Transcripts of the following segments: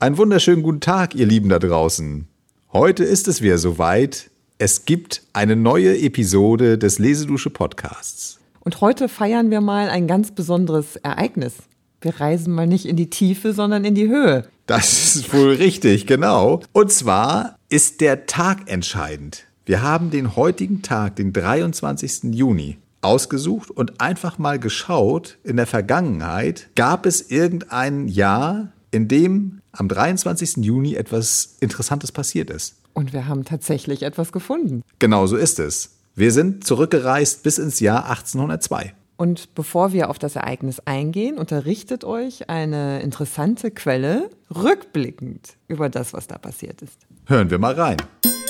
Einen wunderschönen guten Tag, ihr Lieben da draußen. Heute ist es wieder soweit. Es gibt eine neue Episode des Lesedusche-Podcasts. Und heute feiern wir mal ein ganz besonderes Ereignis. Wir reisen mal nicht in die Tiefe, sondern in die Höhe. Das ist wohl richtig, genau. Und zwar ist der Tag entscheidend. Wir haben den heutigen Tag, den 23. Juni, ausgesucht und einfach mal geschaut, in der Vergangenheit gab es irgendein Jahr, in dem am 23. Juni etwas Interessantes passiert ist. Und wir haben tatsächlich etwas gefunden. Genau so ist es. Wir sind zurückgereist bis ins Jahr 1802. Und bevor wir auf das Ereignis eingehen, unterrichtet euch eine interessante Quelle rückblickend über das, was da passiert ist. Hören wir mal rein.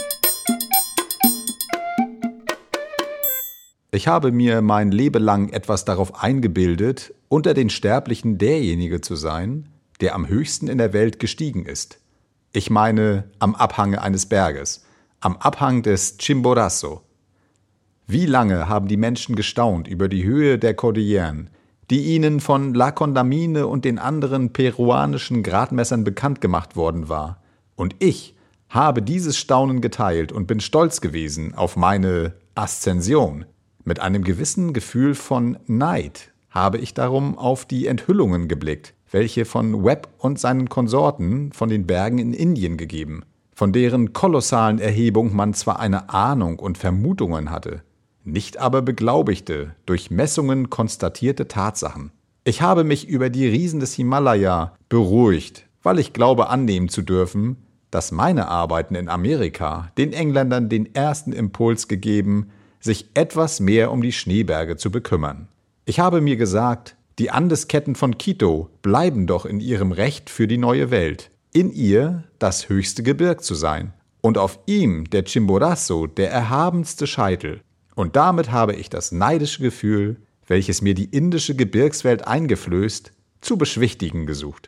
Ich habe mir mein Leben lang etwas darauf eingebildet, unter den Sterblichen derjenige zu sein, der am höchsten in der Welt gestiegen ist. Ich meine am Abhange eines Berges, am Abhang des Chimborazo. Wie lange haben die Menschen gestaunt über die Höhe der Kordilleren, die ihnen von La Condamine und den anderen peruanischen Gradmessern bekannt gemacht worden war. Und ich habe dieses Staunen geteilt und bin stolz gewesen auf meine Aszension. Mit einem gewissen Gefühl von Neid habe ich darum auf die Enthüllungen geblickt, welche von Webb und seinen Konsorten von den Bergen in Indien gegeben, von deren kolossalen Erhebung man zwar eine Ahnung und Vermutungen hatte, nicht aber beglaubigte, durch Messungen konstatierte Tatsachen. Ich habe mich über die Riesen des Himalaya beruhigt, weil ich glaube annehmen zu dürfen, dass meine Arbeiten in Amerika den Engländern den ersten Impuls gegeben, sich etwas mehr um die Schneeberge zu bekümmern. Ich habe mir gesagt, die Andesketten von Quito bleiben doch in ihrem Recht für die neue Welt, in ihr das höchste Gebirg zu sein und auf ihm der Chimborazo der erhabenste Scheitel. Und damit habe ich das neidische Gefühl, welches mir die indische Gebirgswelt eingeflößt, zu beschwichtigen gesucht.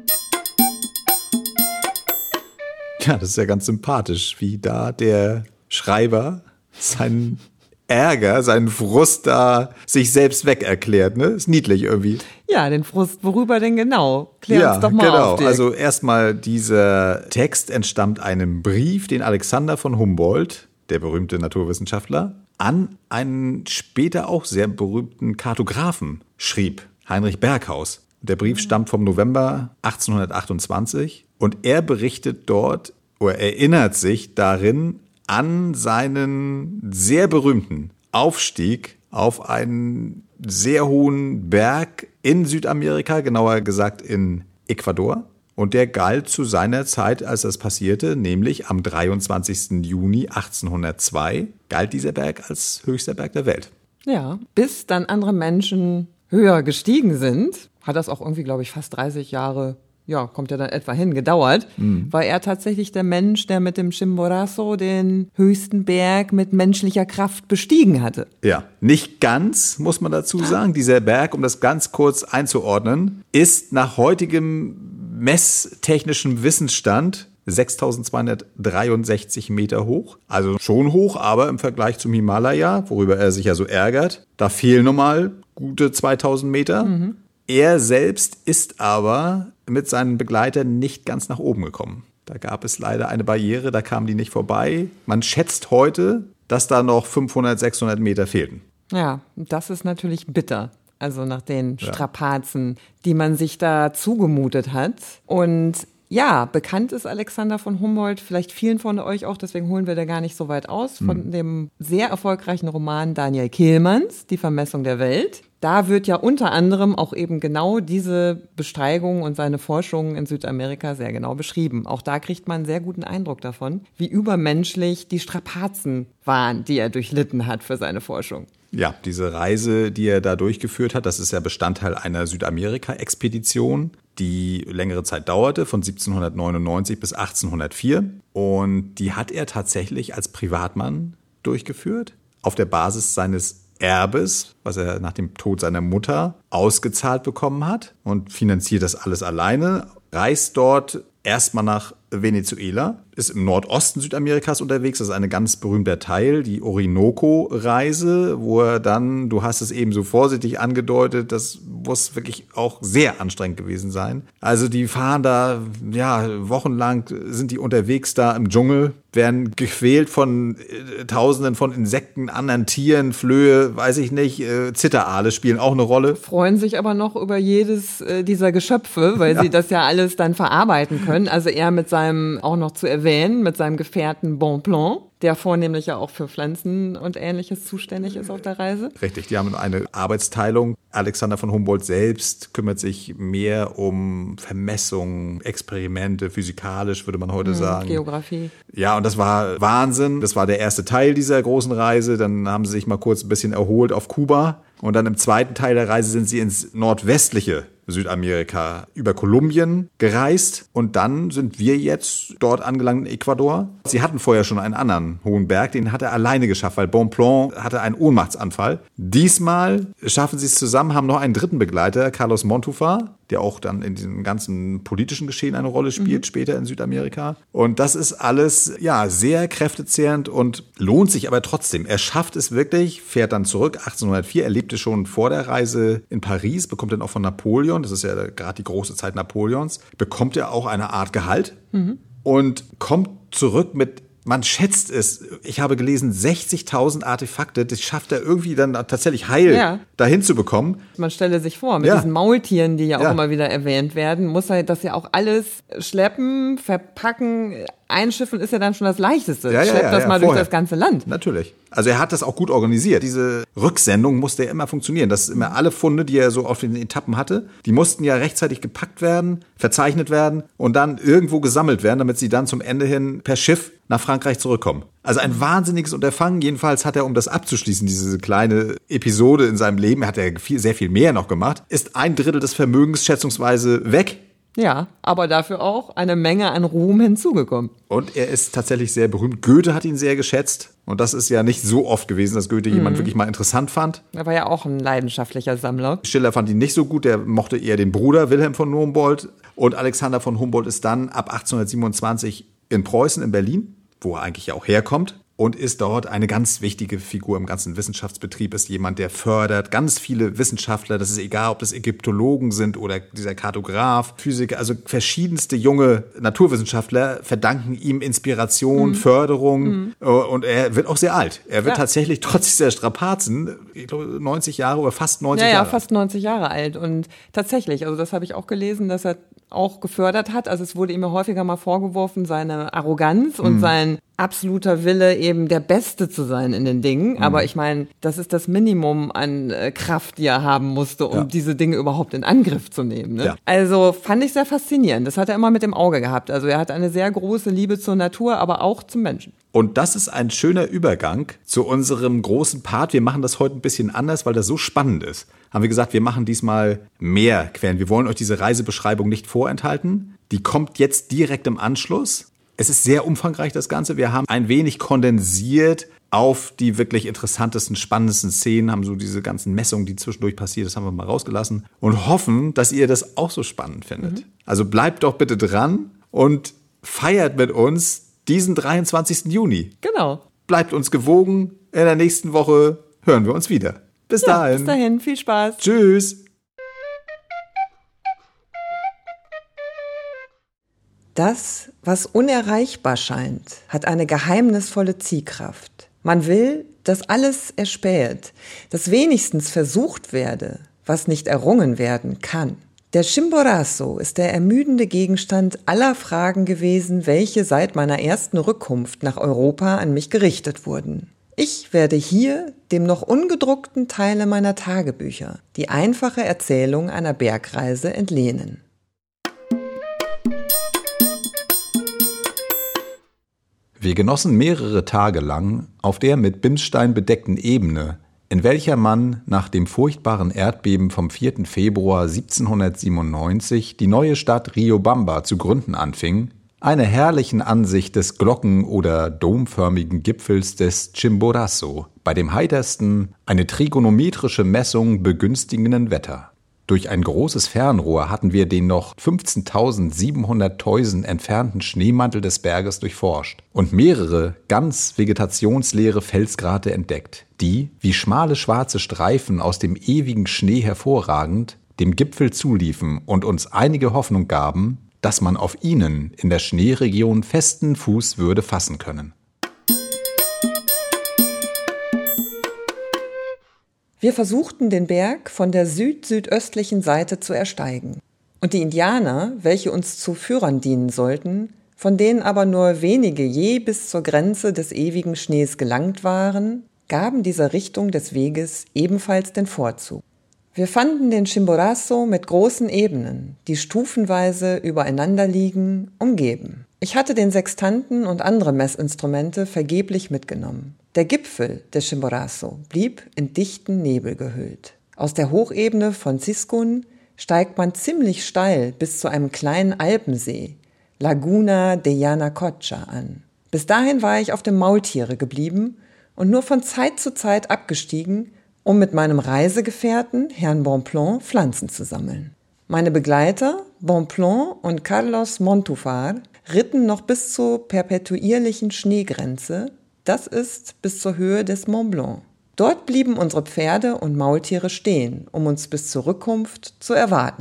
Ja, das ist ja ganz sympathisch, wie da der Schreiber seinen Ärger, seinen Frust da sich selbst weg erklärt, ne? Ist niedlich irgendwie. Ja, den Frust, worüber denn genau? Klär uns doch mal auf. Genau. Also erstmal, dieser Text entstammt einem Brief, den Alexander von Humboldt, der berühmte Naturwissenschaftler, an einen später auch sehr berühmten Kartografen schrieb, Heinrich Berghaus. Der Brief stammt vom November 1828 und er berichtet dort oder erinnert sich darin an seinen sehr berühmten Aufstieg auf einen sehr hohen Berg in Südamerika, genauer gesagt in Ecuador. Und der galt zu seiner Zeit, als das passierte, nämlich am 23. Juni 1802, galt dieser Berg als höchster Berg der Welt. Ja, bis dann andere Menschen höher gestiegen sind, hat das auch irgendwie, glaube ich, fast 30 Jahre, ja, kommt ja dann etwa hin, gedauert, war er tatsächlich der Mensch, der mit dem Chimborazo den höchsten Berg mit menschlicher Kraft bestiegen hatte. Ja, nicht ganz, muss man dazu sagen. Dieser Berg, um das ganz kurz einzuordnen, ist nach heutigem messtechnischem Wissensstand 6.263 Meter hoch. Also schon hoch, aber im Vergleich zum Himalaya, worüber er sich ja so ärgert, da fehlen nochmal gute 2.000 Meter. Er selbst ist aber mit seinen Begleitern nicht ganz nach oben gekommen. Da gab es leider eine Barriere, da kamen die nicht vorbei. Man schätzt heute, dass da noch 500, 600 Meter fehlten. Ja, das ist natürlich bitter. Also nach den Strapazen, die man sich da zugemutet hat. Und ja, bekannt ist Alexander von Humboldt, vielleicht vielen von euch auch, deswegen holen wir da gar nicht so weit aus, von dem sehr erfolgreichen Roman Daniel Kehlmanns, Die Vermessung der Welt. Da wird ja unter anderem auch eben genau diese Besteigung und seine Forschungen in Südamerika sehr genau beschrieben. Auch da kriegt man einen sehr guten Eindruck davon, wie übermenschlich die Strapazen waren, die er durchlitten hat für seine Forschung. Ja, diese Reise, die er da durchgeführt hat, das ist ja Bestandteil einer Südamerika-Expedition, die längere Zeit dauerte, von 1799 bis 1804. Und die hat er tatsächlich als Privatmann durchgeführt, auf der Basis seines Erbes, was er nach dem Tod seiner Mutter ausgezahlt bekommen hat, und finanziert das alles alleine, reist dort erstmal nach Venezuela, ist im Nordosten Südamerikas unterwegs. Das ist ein ganz berühmter Teil, die Orinoco-Reise, wo er dann, du hast es eben so vorsichtig angedeutet, das muss wirklich auch sehr anstrengend gewesen sein. Also die fahren da, ja, wochenlang sind die unterwegs da im Dschungel, werden gequält von Tausenden von Insekten, anderen Tieren, Flöhe, weiß ich nicht, Zitteraale spielen auch eine Rolle. Freuen sich aber noch über jedes dieser Geschöpfe, weil sie das ja alles dann verarbeiten können. Also er mit seinem, auch noch zu erwähnen, mit seinem Gefährten Bonpland, der vornehmlich ja auch für Pflanzen und Ähnliches zuständig ist auf der Reise. Richtig, die haben eine Arbeitsteilung. Alexander von Humboldt selbst kümmert sich mehr um Vermessungen, Experimente, physikalisch würde man heute sagen. Geografie. Ja, und das war Wahnsinn. Das war der erste Teil dieser großen Reise. Dann haben sie sich mal kurz ein bisschen erholt auf Kuba. Und dann im zweiten Teil der Reise sind sie ins nordwestliche Südamerika über Kolumbien gereist. Und dann sind wir jetzt dort angelangt in Ecuador. Sie hatten vorher schon einen anderen hohen Berg, den hat er alleine geschafft, weil Bonpland hatte einen Ohnmachtsanfall. Diesmal schaffen sie es zusammen, haben noch einen dritten Begleiter, Carlos Montúfar, der auch dann in diesem ganzen politischen Geschehen eine Rolle spielt, später in Südamerika. Und das ist alles, ja, sehr kräftezehrend und lohnt sich aber trotzdem. Er schafft es wirklich, fährt dann zurück, 1804, er lebte schon vor der Reise in Paris, bekommt dann auch von Napoleon, das ist ja gerade die große Zeit Napoleons, bekommt er auch eine Art Gehalt und kommt zurück mit, man schätzt es, ich habe gelesen, 60.000 Artefakte, das schafft er irgendwie dann tatsächlich heil dahin zu bekommen. Man stelle sich vor, mit diesen Maultieren, die ja auch immer wieder erwähnt werden, muss er das ja auch alles schleppen, verpacken. Einschiffen ist ja dann schon das Leichteste. Schleppt das mal durch das ganze Land. Natürlich. Also er hat das auch gut organisiert. Diese Rücksendung musste ja immer funktionieren. Das ist immer alle Funde, die er so auf den Etappen hatte, die mussten ja rechtzeitig gepackt werden, verzeichnet werden und dann irgendwo gesammelt werden, damit sie dann zum Ende hin per Schiff nach Frankreich zurückkommen. Also ein wahnsinniges Unterfangen. Jedenfalls hat er, um das abzuschließen, diese kleine Episode in seinem Leben, hat er sehr viel mehr noch gemacht, ist 1/3 des Vermögens schätzungsweise weg. Ja, aber dafür auch eine Menge an Ruhm hinzugekommen. Und er ist tatsächlich sehr berühmt. Goethe hat ihn sehr geschätzt. Und das ist ja nicht so oft gewesen, dass Goethe jemand wirklich mal interessant fand. Er war ja auch ein leidenschaftlicher Sammler. Schiller fand ihn nicht so gut. Der mochte eher den Bruder Wilhelm von Humboldt. Und Alexander von Humboldt ist dann ab 1827 in Preußen, in Berlin, wo er eigentlich ja auch herkommt. Und ist dort eine ganz wichtige Figur im ganzen Wissenschaftsbetrieb, ist jemand, der fördert ganz viele Wissenschaftler, das ist egal, ob das Ägyptologen sind oder dieser Kartograf, Physiker, also verschiedenste junge Naturwissenschaftler verdanken ihm Inspiration, Förderung und er wird auch sehr alt. Er wird tatsächlich trotz dieser Strapazen, ich glaube 90 Jahre oder fast 90 Jahre. Ja, fast 90 Jahre alt und tatsächlich, also das habe ich auch gelesen, dass er auch gefördert hat. Also es wurde ihm ja häufiger mal vorgeworfen, seine Arroganz und sein absoluter Wille, eben der Beste zu sein in den Dingen. Aber ich meine, das ist das Minimum an Kraft, die er haben musste, um diese Dinge überhaupt in Angriff zu nehmen. Ne? Ja. Also fand ich sehr faszinierend. Das hat er immer mit dem Auge gehabt. Also er hat eine sehr große Liebe zur Natur, aber auch zum Menschen. Und das ist ein schöner Übergang zu unserem großen Part. Wir machen das heute ein bisschen anders, weil das so spannend ist. Haben wir gesagt, wir machen diesmal mehr Quellen. Wir wollen euch diese Reisebeschreibung nicht vorenthalten. Die kommt jetzt direkt im Anschluss. Es ist sehr umfangreich, das Ganze. Wir haben ein wenig kondensiert auf die wirklich interessantesten, spannendsten Szenen, haben so diese ganzen Messungen, die zwischendurch passiert, das haben wir mal rausgelassen und hoffen, dass ihr das auch so spannend findet. Also bleibt doch bitte dran und feiert mit uns diesen 23. Juni. Genau. Bleibt uns gewogen. In der nächsten Woche hören wir uns wieder. Bis dahin. Bis dahin. Viel Spaß. Tschüss. Das, was unerreichbar scheint, hat eine geheimnisvolle Ziehkraft. Man will, dass alles erspäht, dass wenigstens versucht werde, was nicht errungen werden kann. Der Chimborazo ist der ermüdende Gegenstand aller Fragen gewesen, welche seit meiner ersten Rückkunft nach Europa an mich gerichtet wurden. Ich werde hier dem noch ungedruckten Teile meiner Tagebücher die einfache Erzählung einer Bergreise entlehnen. Wir genossen mehrere Tage lang auf der mit Bimsstein bedeckten Ebene, in welcher man nach dem furchtbaren Erdbeben vom 4. Februar 1797 die neue Stadt Riobamba zu gründen anfing, eine herrlichen Ansicht des glocken- oder domförmigen Gipfels des Chimborazo, bei dem heitersten, eine trigonometrische Messung begünstigenden Wetter. Durch ein großes Fernrohr hatten wir den noch 15.700 Toisen entfernten Schneemantel des Berges durchforscht und mehrere ganz vegetationsleere Felsgrate entdeckt, die, wie schmale schwarze Streifen aus dem ewigen Schnee hervorragend, dem Gipfel zuliefen und uns einige Hoffnung gaben, dass man auf ihnen in der Schneeregion festen Fuß würde fassen können. Wir versuchten, den Berg von der süd-südöstlichen Seite zu ersteigen. Und die Indianer, welche uns zu Führern dienen sollten, von denen aber nur wenige je bis zur Grenze des ewigen Schnees gelangt waren, gaben dieser Richtung des Weges ebenfalls den Vorzug. Wir fanden den Chimborazo mit großen Ebenen, die stufenweise übereinander liegen, umgeben. Ich hatte den Sextanten und andere Messinstrumente vergeblich mitgenommen. Der Gipfel des Chimborazo blieb in dichten Nebel gehüllt. Aus der Hochebene von Ciscun steigt man ziemlich steil bis zu einem kleinen Alpensee, Laguna de Yanacocha, an. Bis dahin war ich auf dem Maultiere geblieben und nur von Zeit zu Zeit abgestiegen, um mit meinem Reisegefährten, Herrn Bonpland, Pflanzen zu sammeln. Meine Begleiter, Bonpland und Carlos Montufar, ritten noch bis zur perpetuierlichen Schneegrenze, das ist bis zur Höhe des Mont Blanc. Dort blieben unsere Pferde und Maultiere stehen, um uns bis zur Rückkunft zu erwarten.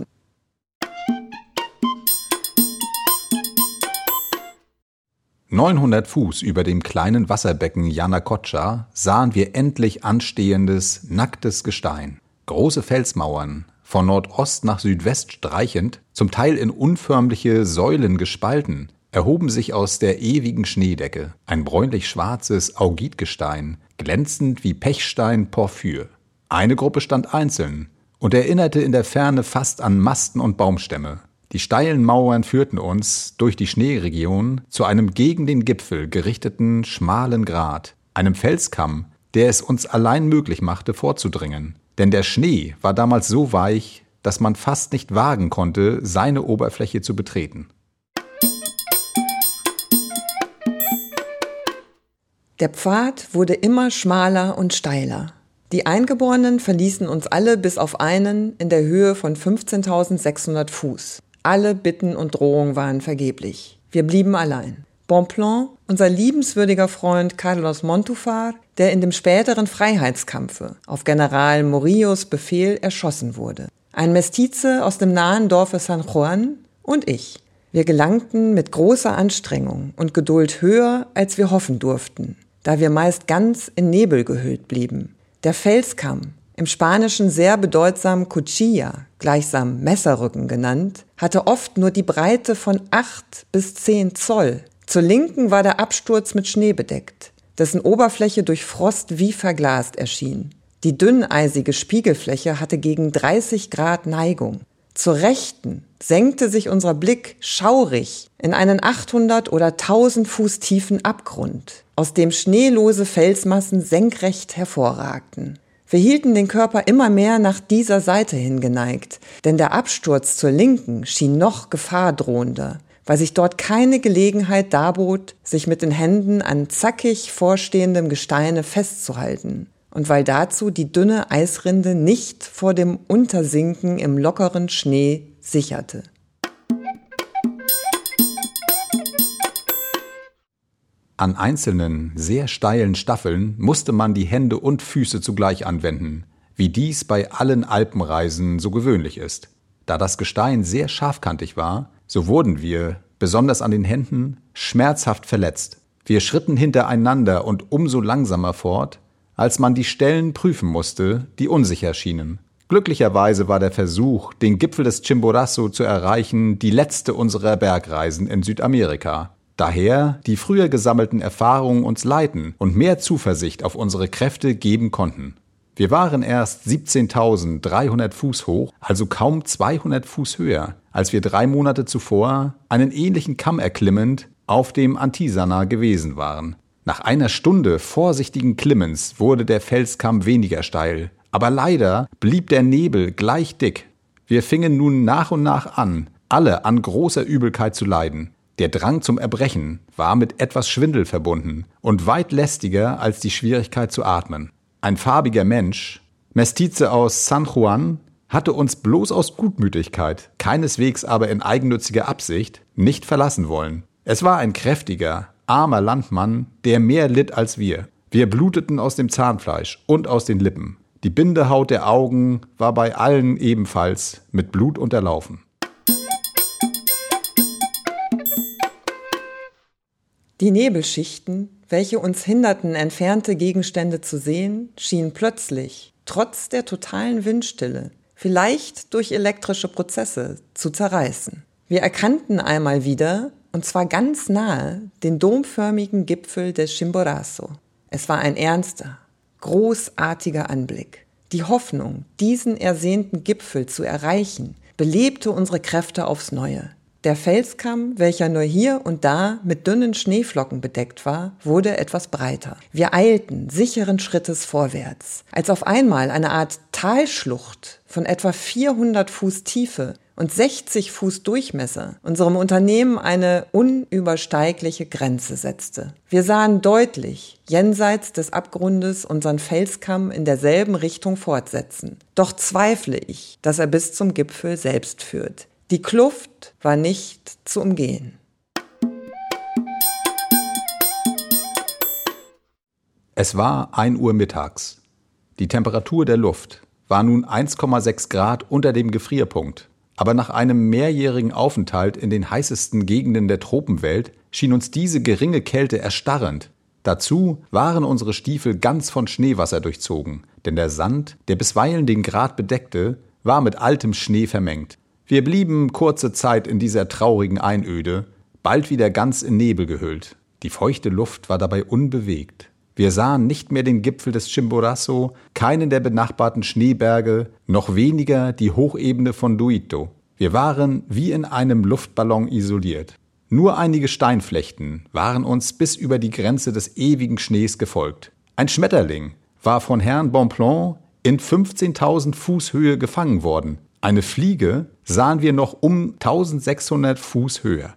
...900 Fuß über dem kleinen Wasserbecken Yanacocha sahen wir endlich anstehendes, nacktes Gestein. Große Felsmauern, von Nordost nach Südwest streichend, zum Teil in unförmliche Säulen gespalten, erhoben sich aus der ewigen Schneedecke, ein bräunlich-schwarzes Augitgestein, glänzend wie Pechstein-Porphyr. Eine Gruppe stand einzeln und erinnerte in der Ferne fast an Masten und Baumstämme. Die steilen Mauern führten uns durch die Schneeregion zu einem gegen den Gipfel gerichteten, schmalen Grat, einem Felskamm, der es uns allein möglich machte, vorzudringen. Denn der Schnee war damals so weich, dass man fast nicht wagen konnte, seine Oberfläche zu betreten. Der Pfad wurde immer schmaler und steiler. Die Eingeborenen verließen uns alle bis auf einen in der Höhe von 15.600 Fuß. Alle Bitten und Drohungen waren vergeblich. Wir blieben allein. Bonpland, unser liebenswürdiger Freund Carlos Montufar, der in dem späteren Freiheitskampfe auf General Murillos Befehl erschossen wurde. Ein Mestize aus dem nahen Dorfe San Juan und ich. Wir gelangten mit großer Anstrengung und Geduld höher, als wir hoffen durften, da wir meist ganz in Nebel gehüllt blieben. Der Felskamm, im Spanischen sehr bedeutsam Cuchilla, gleichsam Messerrücken genannt, hatte oft nur die Breite von 8 bis 10 Zoll. Zur Linken war der Absturz mit Schnee bedeckt, dessen Oberfläche durch Frost wie verglast erschien. Die dünneisige Spiegelfläche hatte gegen 30 Grad Neigung. Zur Rechten senkte sich unser Blick schaurig in einen 800 oder 1000 Fuß tiefen Abgrund, aus dem schneelose Felsmassen senkrecht hervorragten. Wir hielten den Körper immer mehr nach dieser Seite hin geneigt, denn der Absturz zur Linken schien noch gefahrdrohender, weil sich dort keine Gelegenheit darbot, sich mit den Händen an zackig vorstehendem Gesteine festzuhalten und weil dazu die dünne Eisrinde nicht vor dem Untersinken im lockeren Schnee sicherte. An einzelnen, sehr steilen Staffeln musste man die Hände und Füße zugleich anwenden, wie dies bei allen Alpenreisen so gewöhnlich ist. Da das Gestein sehr scharfkantig war, so wurden wir, besonders an den Händen, schmerzhaft verletzt. Wir schritten hintereinander und umso langsamer fort, als man die Stellen prüfen musste, die unsicher schienen. Glücklicherweise war der Versuch, den Gipfel des Chimborazo zu erreichen, die letzte unserer Bergreisen in Südamerika. Daher die früher gesammelten Erfahrungen uns leiten und mehr Zuversicht auf unsere Kräfte geben konnten. Wir waren erst 17.300 Fuß hoch, also kaum 200 Fuß höher, als wir 3 Monate zuvor einen ähnlichen Kamm erklimmend auf dem Antisana gewesen waren. Nach einer Stunde vorsichtigen Klimmens wurde der Felskamm weniger steil, aber leider blieb der Nebel gleich dick. Wir fingen nun nach und nach an, alle an großer Übelkeit zu leiden. Der Drang zum Erbrechen war mit etwas Schwindel verbunden und weit lästiger als die Schwierigkeit zu atmen. Ein farbiger Mensch, Mestize aus San Juan, hatte uns bloß aus Gutmütigkeit, keineswegs aber in eigennütziger Absicht, nicht verlassen wollen. Es war ein kräftiger, armer Landmann, der mehr litt als wir. Wir bluteten aus dem Zahnfleisch und aus den Lippen. Die Bindehaut der Augen war bei allen ebenfalls mit Blut unterlaufen. Die Nebelschichten, welche uns hinderten, entfernte Gegenstände zu sehen, schienen plötzlich, trotz der totalen Windstille, vielleicht durch elektrische Prozesse, zu zerreißen. Wir erkannten einmal wieder, und zwar ganz nahe, den domförmigen Gipfel des Chimborazo. Es war ein ernster, großartiger Anblick. Die Hoffnung, diesen ersehnten Gipfel zu erreichen, belebte unsere Kräfte aufs Neue. Der Felskamm, welcher nur hier und da mit dünnen Schneeflocken bedeckt war, wurde etwas breiter. Wir eilten sicheren Schrittes vorwärts, als auf einmal eine Art Talschlucht von etwa 400 Fuß Tiefe und 60 Fuß Durchmesser unserem Unternehmen eine unübersteigliche Grenze setzte. Wir sahen deutlich, jenseits des Abgrundes unseren Felskamm in derselben Richtung fortsetzen. Doch zweifle ich, dass er bis zum Gipfel selbst führt. Die Kluft war nicht zu umgehen. Es war 1 Uhr mittags. Die Temperatur der Luft war nun 1,6 Grad unter dem Gefrierpunkt. Aber nach einem mehrjährigen Aufenthalt in den heißesten Gegenden der Tropenwelt schien uns diese geringe Kälte erstarrend. Dazu waren unsere Stiefel ganz von Schneewasser durchzogen, denn der Sand, der bisweilen den Grat bedeckte, war mit altem Schnee vermengt. Wir blieben kurze Zeit in dieser traurigen Einöde, bald wieder ganz in Nebel gehüllt. Die feuchte Luft war dabei unbewegt. Wir sahen nicht mehr den Gipfel des Chimborazo, keinen der benachbarten Schneeberge, noch weniger die Hochebene von Duito. Wir waren wie in einem Luftballon isoliert. Nur einige Steinflechten waren uns bis über die Grenze des ewigen Schnees gefolgt. Ein Schmetterling war von Herrn Bonpland in 15.000 Fuß Höhe gefangen worden. Eine Fliege sahen wir noch um 1600 Fuß höher.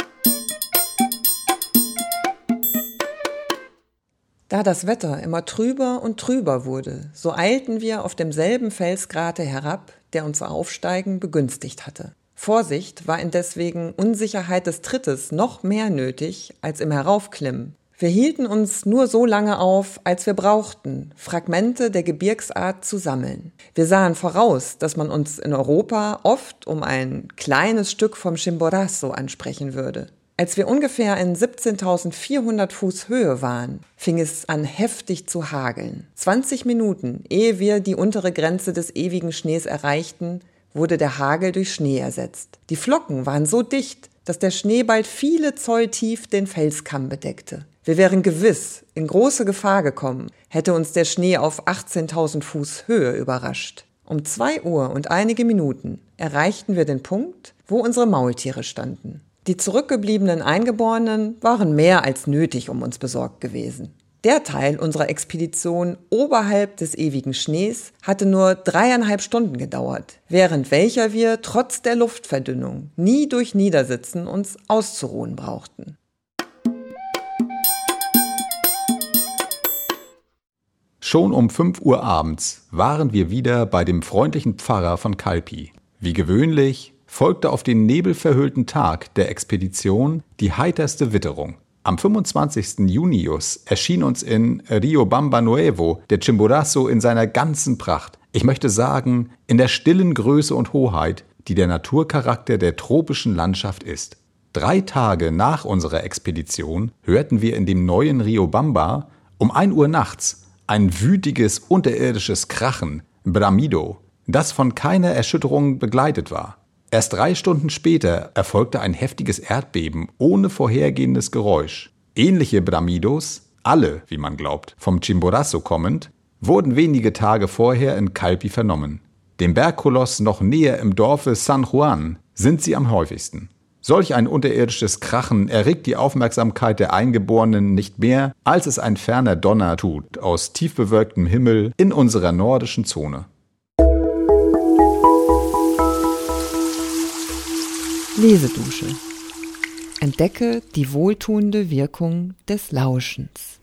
Da das Wetter immer trüber und trüber wurde, so eilten wir auf demselben Felsgrate herab, der unser Aufsteigen begünstigt hatte. Vorsicht war indes wegen Unsicherheit des Trittes noch mehr nötig als im Heraufklimmen. Wir hielten uns nur so lange auf, als wir brauchten, Fragmente der Gebirgsart zu sammeln. Wir sahen voraus, dass man uns in Europa oft um ein kleines Stück vom Chimborazo ansprechen würde. Als wir ungefähr in 17.400 Fuß Höhe waren, fing es an heftig zu hageln. 20 Minuten, ehe wir die untere Grenze des ewigen Schnees erreichten, wurde der Hagel durch Schnee ersetzt. Die Flocken waren so dicht, dass der Schnee bald viele Zoll tief den Felskamm bedeckte. Wir wären gewiss in große Gefahr gekommen, hätte uns der Schnee auf 18.000 Fuß Höhe überrascht. Um 2 Uhr und einige Minuten erreichten wir den Punkt, wo unsere Maultiere standen. Die zurückgebliebenen Eingeborenen waren mehr als nötig um uns besorgt gewesen. Der Teil unserer Expedition oberhalb des ewigen Schnees hatte nur 3,5 Stunden gedauert, während welcher wir trotz der Luftverdünnung nie durch Niedersitzen uns auszuruhen brauchten. Schon um 5 Uhr abends waren wir wieder bei dem freundlichen Pfarrer von Calpi. Wie gewöhnlich folgte auf den nebelverhüllten Tag der Expedition die heiterste Witterung. Am 25. Junius erschien uns in Riobamba Nuevo der Chimborazo in seiner ganzen Pracht. Ich möchte sagen, in der stillen Größe und Hoheit, die der Naturcharakter der tropischen Landschaft ist. 3 Tage nach unserer Expedition hörten wir in dem neuen Riobamba um 1 Uhr nachts ein wütiges unterirdisches Krachen, Bramido, das von keiner Erschütterung begleitet war. Erst 3 Stunden später erfolgte ein heftiges Erdbeben ohne vorhergehendes Geräusch. Ähnliche Bramidos, alle, wie man glaubt, vom Chimborazo kommend, wurden wenige Tage vorher in Calpi vernommen. Dem Bergkoloss noch näher im Dorfe San Juan sind sie am häufigsten. Solch ein unterirdisches Krachen erregt die Aufmerksamkeit der Eingeborenen nicht mehr, als es ein ferner Donner tut aus tiefbewölktem Himmel in unserer nordischen Zone. Lesedusche. Entdecke die wohltuende Wirkung des Lauschens.